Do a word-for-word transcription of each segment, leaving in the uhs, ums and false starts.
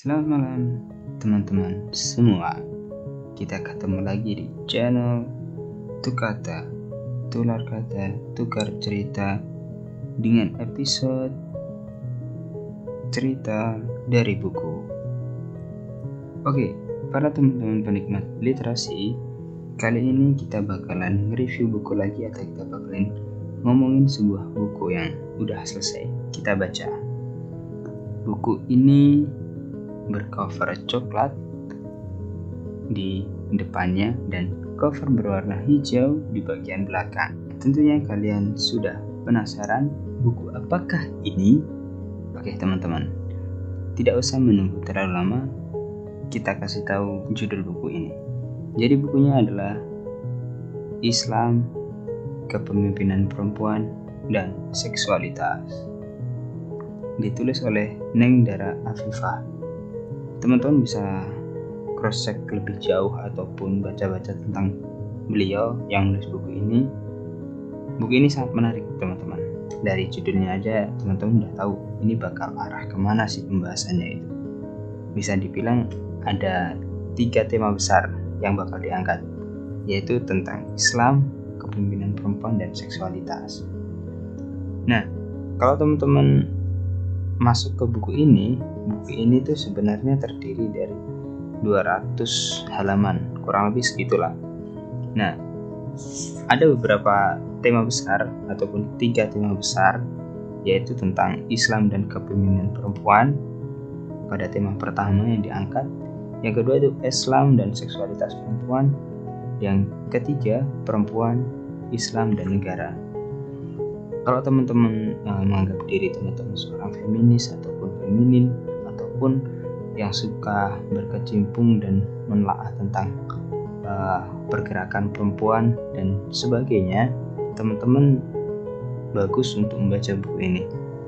Selamat malam teman-teman semua. Kita ketemu lagi di channel Tukata, Tular Kata, Tukar Cerita dengan episode cerita dari buku. Oke, para teman-teman penikmat literasi, kali ini kita bakalan nge-review buku lagi atau kita bakalan ngomongin sebuah buku yang udah selesai kita baca. Buku ini bercover coklat di depannya dan cover berwarna hijau di bagian belakang. Tentunya kalian sudah penasaran buku apakah ini? Oke teman-teman, tidak usah menunggu terlalu lama, kita kasih tahu judul buku ini. Jadi bukunya adalah Islam, Kepemimpinan Perempuan, dan Seksualitas. Ditulis oleh Neng Dara Afifah. Teman-teman bisa cross check lebih jauh ataupun baca-baca tentang beliau yang nulis buku ini. Buku ini sangat menarik teman-teman. Dari judulnya aja teman-teman udah tahu ini bakal arah kemana sih pembahasannya itu. Bisa dibilang ada tiga tema besar yang bakal diangkat, yaitu tentang Islam, kepemimpinan perempuan, dan seksualitas. Nah, kalau teman-teman masuk ke buku ini, buku ini tuh sebenarnya terdiri dari dua ratus halaman, kurang lebih segitulah. Nah, ada beberapa tema besar ataupun tiga tema besar, yaitu tentang Islam dan kepemimpinan perempuan pada tema pertama yang diangkat. Yang kedua itu Islam dan seksualitas perempuan. Yang ketiga perempuan, Islam, dan negara. Kalau teman-teman uh, menganggap diri teman-teman seorang feminis ataupun feminin ataupun yang suka berkecimpung dan menelaah tentang uh, pergerakan perempuan dan sebagainya, teman-teman bagus untuk membaca buku ini.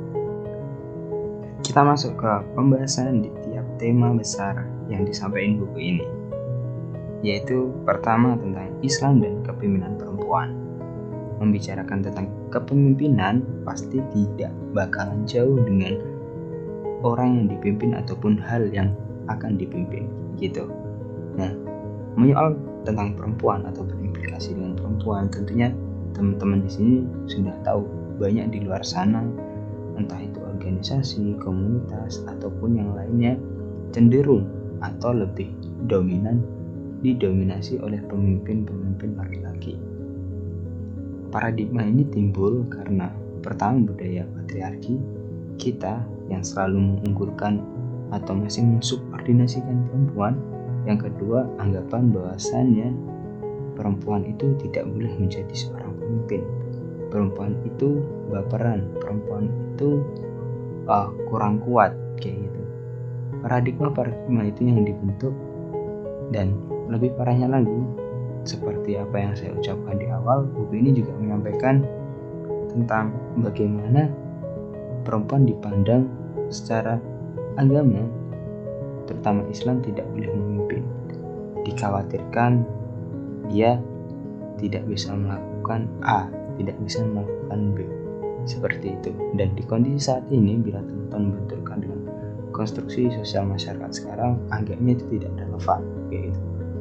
Kita masuk ke pembahasan di tiap tema besar yang disampaikan buku ini, yaitu pertama tentang Islam dan kepemimpinan perempuan. Membicarakan tentang kepemimpinan pasti tidak bakalan jauh dengan orang yang dipimpin ataupun hal yang akan dipimpin gitu. Nah, menyoal tentang perempuan atau berimplikasi dengan perempuan, tentunya teman-teman di sini sudah tahu banyak di luar sana, entah itu organisasi, komunitas ataupun yang lainnya cenderung atau lebih dominan didominasi oleh pemimpin-pemimpin laki-laki. Paradigma ini timbul karena pertama budaya patriarki kita yang selalu mengunggulkan atau masih mensubordinasikan perempuan. Yang kedua, anggapan bahwasannya perempuan itu tidak boleh menjadi seorang pemimpin. Perempuan itu baperan, perempuan itu uh, kurang kuat kayak gitu. Paradigma-paradigma itu yang dibentuk, dan lebih parahnya lagi, seperti apa yang saya ucapkan di awal, buku ini juga menyampaikan tentang bagaimana perempuan dipandang secara agama, terutama Islam, tidak boleh memimpin. Dikhawatirkan dia tidak bisa melakukan A, tidak bisa melakukan B, seperti itu. Dan di kondisi saat ini, bila teman-teman benturkan dengan konstruksi sosial masyarakat sekarang, agaknya itu tidak relevan kayak gitu.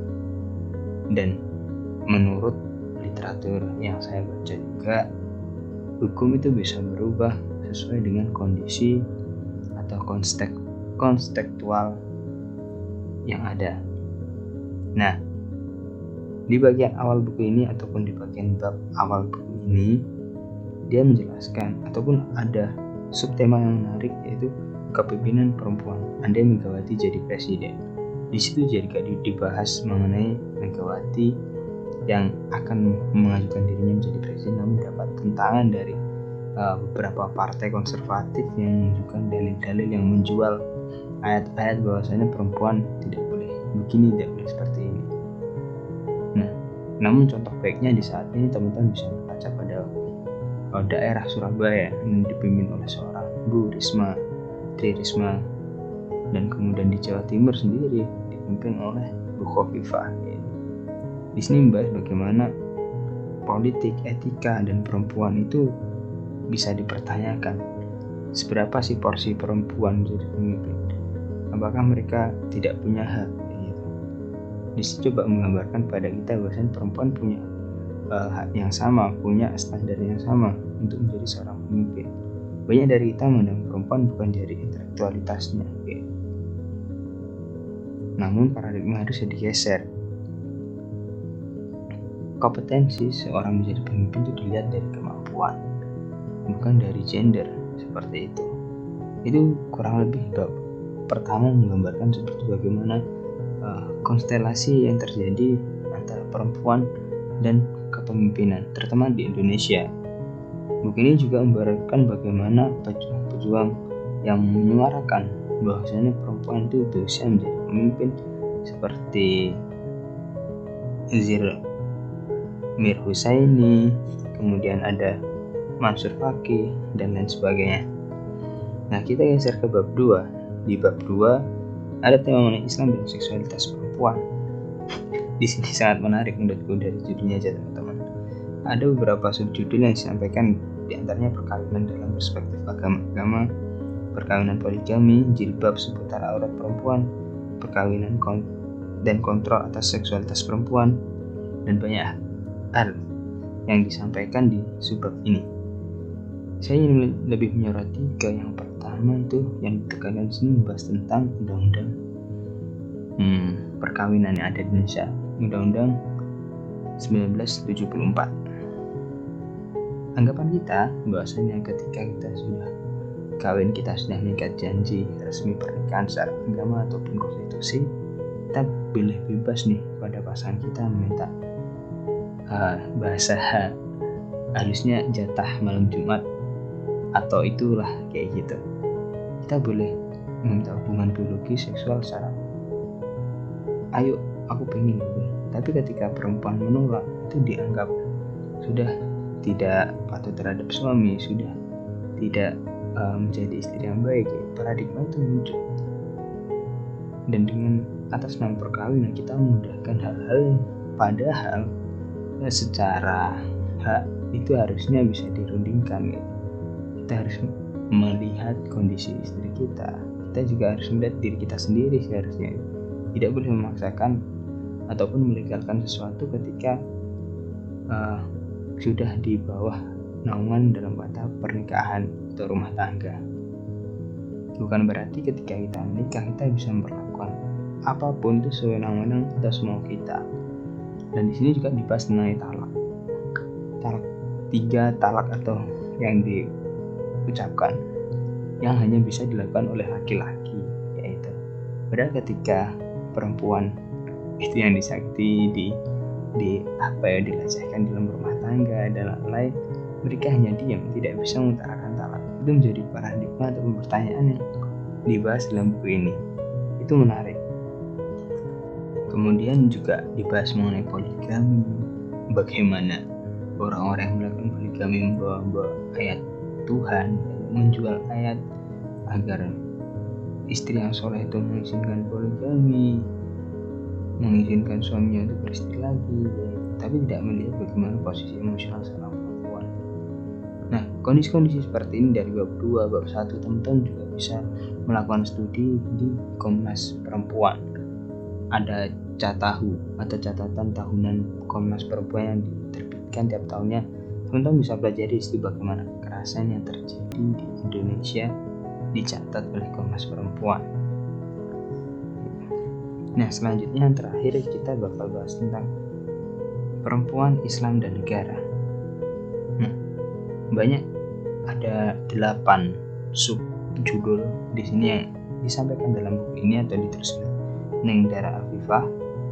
Dan menurut literatur yang saya baca juga, hukum itu bisa berubah sesuai dengan kondisi atau konstek, konstektual yang ada. Nah, di bagian awal buku ini ataupun di bagian bab awal buku ini, dia menjelaskan ataupun ada subtema yang menarik, yaitu kepemimpinan perempuan. Andai Megawati jadi presiden. Di situ jadi dibahas mengenai Megawati yang akan mengajukan dirinya menjadi presiden, namun dapat tentangan dari uh, beberapa partai konservatif yang menunjukkan dalil-dalil yang menjual ayat-ayat bahwasanya perempuan tidak boleh begini, tidak boleh seperti ini. Nah, namun contoh baiknya di saat ini teman-teman bisa membaca pada uh, daerah Surabaya yang dipimpin oleh seorang Bu Risma, Tri Risma, dan kemudian di Jawa Timur sendiri dipimpin oleh Bu Khofifah. Di sini membahas bagaimana politik, etika, dan perempuan itu bisa dipertanyakan. Seberapa sih porsi perempuan menjadi pemimpin? apakah mereka tidak punya hak gitu. Di situ coba menggambarkan pada kita bahwa perempuan punya uh, hak yang sama, punya standar yang sama untuk menjadi seorang pemimpin. Banyak dari kita memandang perempuan bukan dari intelektualitasnya gitu. Namun paradigma harus digeser. Kompetensi seorang menjadi pemimpin itu dilihat dari kemampuan, bukan dari gender, seperti itu. Itu kurang lebih bab pertama menggambarkan seperti bagaimana uh, konstelasi yang terjadi antara perempuan dan kepemimpinan, terutama di Indonesia. Buku ini juga memgambarkan bagaimana pejuang-pejuang yang menyuarakan bahwasanya perempuan itu bisa menjadi pemimpin seperti Zir Mir Husaini, kemudian ada Mansur Faki, dan lain sebagainya. Nah, kita geser ke bab dua. Di bab dua ada tema mengenai Islam dan seksualitas perempuan. Di sini sangat menarik menurutku dari judulnya aja, teman-teman. Ada beberapa subjudul yang disampaikan, di antaranya perkawinan dalam perspektif agama-agama, perkawinan poligami, jilbab seputar aurat perempuan, perkawinan kon- dan kontrol atas seksualitas perempuan, dan banyak hal yang disampaikan di subbab ini. Saya ingin lebih menyoroti ke yang pertama itu yang ditekankan di sini, membahas tentang undang-undang hmm, perkawinan yang ada di Indonesia, Undang-Undang seribu sembilan ratus tujuh puluh empat. Anggapan kita bahwasanya ketika kita sudah kawin, kita sudah mengikat janji resmi pernikahan secara agama ataupun konstitusi, kita boleh bebas nih pada pasangan kita meminta Uh, bahasa halusnya jatah malam Jumat atau itulah kayak gitu. Kita boleh meminta hubungan biologi seksual secara ayo aku pengen gitu. Tapi ketika perempuan menolak, itu dianggap sudah tidak patuh terhadap suami, sudah tidak uh, menjadi istri yang baik. Paradigma itu muncul, dan dengan atas nama perkawinan kita memudahkan hal-hal padahal secara hak itu harusnya bisa dirundingkan gitu. Kita harus melihat kondisi istri kita, kita juga harus melihat diri kita sendiri seharusnya. Tidak boleh memaksakan ataupun melegalkan sesuatu ketika uh, sudah di bawah naungan dalam kata pernikahan atau rumah tangga. Bukan berarti ketika kita menikah kita bisa memperlakukan apapun itu sewenang-wenang atau semau kita. Dan di sini juga dibahas mengenai talak. Talak tiga talak atau yang diucapkan yang hanya bisa dilakukan oleh laki-laki, yaitu padahal ketika perempuan itu yang disakiti, di di apa ya dilecehkan dalam rumah tangga dan lain-lain, mereka hanya diam, tidak bisa mengutarakan talak. Itu menjadi paradigma atau pertanyaan yang dibahas dalam buku ini. Itu menarik. Kemudian juga dibahas mengenai poligami, bagaimana orang-orang yang melakukan poligami membawa ayat Tuhan, menjual ayat agar istri yang soleh itu mengizinkan poligami, mengizinkan suaminya untuk beristri lagi, ya, tapi tidak melihat bagaimana posisi emosional seorang perempuan. Nah, kondisi-kondisi seperti ini dari bab dua, bab satu, teman-teman juga bisa melakukan studi di Komnas Perempuan. Ada catahu atau catatan tahunan Komnas Perempuan yang diterbitkan tiap tahunnya. Teman-teman bisa pelajari itu bagaimana kekerasan yang terjadi di Indonesia dicatat oleh Komnas Perempuan. Nah, selanjutnya yang terakhir kita bakal bahas tentang perempuan, Islam, dan negara. Nah, banyak ada delapan subjudul di sini yang disampaikan dalam buku ini atau ditulis Neng Dara Afifah.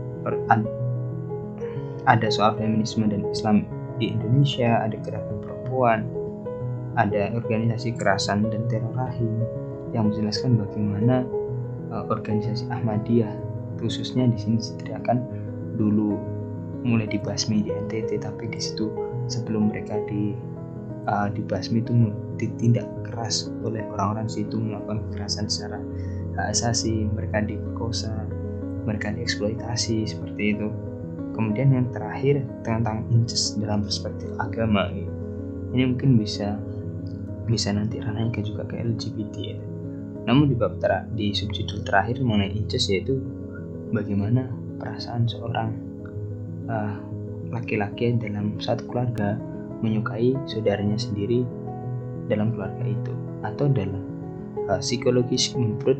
Ada soal feminisme dan Islam di Indonesia, ada gerakan perempuan, ada organisasi kerasan dan teror rahim yang menjelaskan bagaimana uh, organisasi Ahmadiyah khususnya di sini diteriakan dulu mulai dibasmi di N T T, tapi di situ sebelum mereka di uh, dibasmi itu ditindak keras oleh orang-orang situ, melakukan kekerasan secara hak asasi, mereka diperkosa, mereka dieksploitasi seperti itu. Kemudian yang terakhir tentang incest dalam perspektif agama, ini mungkin bisa bisa nanti ranahnya juga ke L G B T ya. Namun di bab ter- di subjudul terakhir mengenai incest, yaitu bagaimana perasaan seorang uh, laki-laki dalam satu keluarga menyukai saudaranya sendiri dalam keluarga itu, atau dalam uh, psikologi Sigmund Freud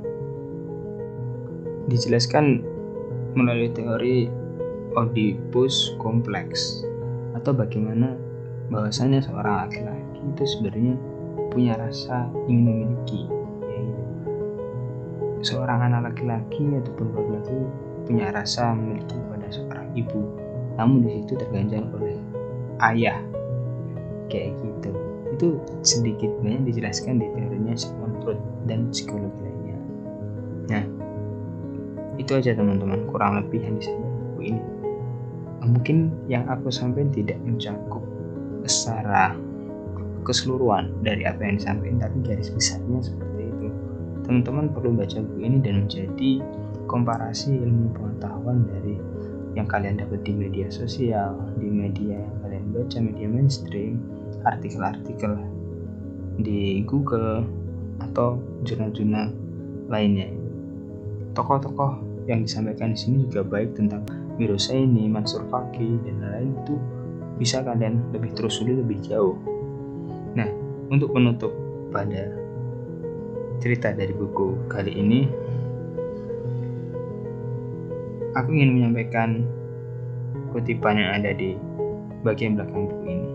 dijelaskan melalui teori Oedipus kompleks, atau bagaimana bahwasanya seorang laki-laki itu sebenarnya punya rasa ingin memiliki, yaitu seorang anak laki-laki ataupun laki-laki punya rasa memiliki pada seorang ibu, namun di situ terganjal oleh ayah, kayak gitu. Itu sedikit banyak dijelaskan di teorinya Sigmund Freud dan psikologi lainnya. Nah, itu aja teman-teman, kurang lebih yang disampaikan buku ini. Mungkin yang aku sampaikan tidak mencakup secara keseluruhan dari apa yang disampaikan, tapi garis besarnya seperti itu. Teman-teman perlu baca buku ini dan menjadi komparasi ilmu pengetahuan dari yang kalian dapat di media sosial, di media yang kalian baca, media mainstream, artikel-artikel di Google, atau jurnal-jurnal lainnya. Tokoh-tokoh yang disampaikan di sini juga baik tentang Mirzaini, Mansur Faki, dan lain-lain, itu bisa kalian lebih telusuri lebih jauh. Nah, untuk penutup pada cerita dari buku kali ini, aku ingin menyampaikan kutipan yang ada di bagian belakang buku ini.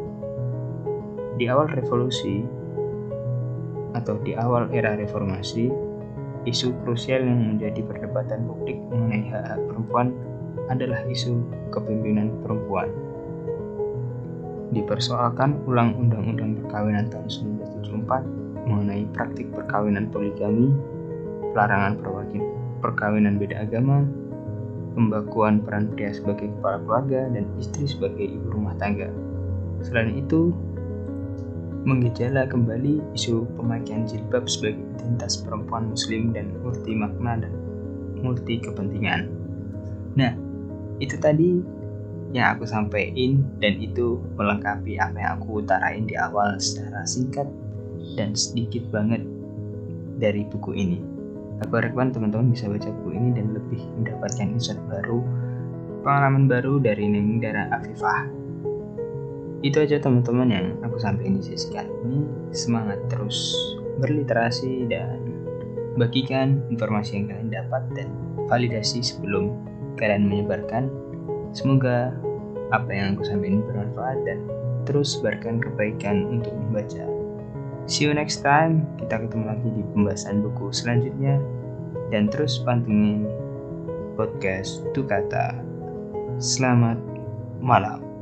Di awal revolusi atau di awal era reformasi, isu krusial yang menjadi perdebatan publik mengenai hak-hak perempuan adalah isu kepemimpinan perempuan. Dipersoalkan ulang Undang-Undang Perkawinan tahun seribu sembilan ratus tujuh puluh empat mengenai praktik perkawinan poligami, pelarangan perkawinan beda agama, pembakuan peran pria sebagai kepala keluarga dan istri sebagai ibu rumah tangga. Selain itu, menggejala kembali isu pemakaian jilbab sebagai identitas perempuan muslim dan multi makna dan multi kepentingan. Nah, itu tadi yang aku sampaikan, dan itu melengkapi apa yang aku utarain di awal secara singkat dan sedikit banget dari buku ini. Aku harapkan teman-teman bisa baca buku ini dan lebih mendapatkan insight baru, pengalaman baru dari Ningdara Afifah. Itu aja teman-teman yang aku sampaikan di sesi kali ini. Semangat terus berliterasi dan bagikan informasi yang kalian dapat dan validasi sebelum kalian menyebarkan. Semoga apa yang aku sampaikan bermanfaat dan terus sebarkan kebaikan untuk membaca. See you next time. Kita ketemu lagi di pembahasan buku selanjutnya, dan terus pantengin podcast Tukata. Selamat malam.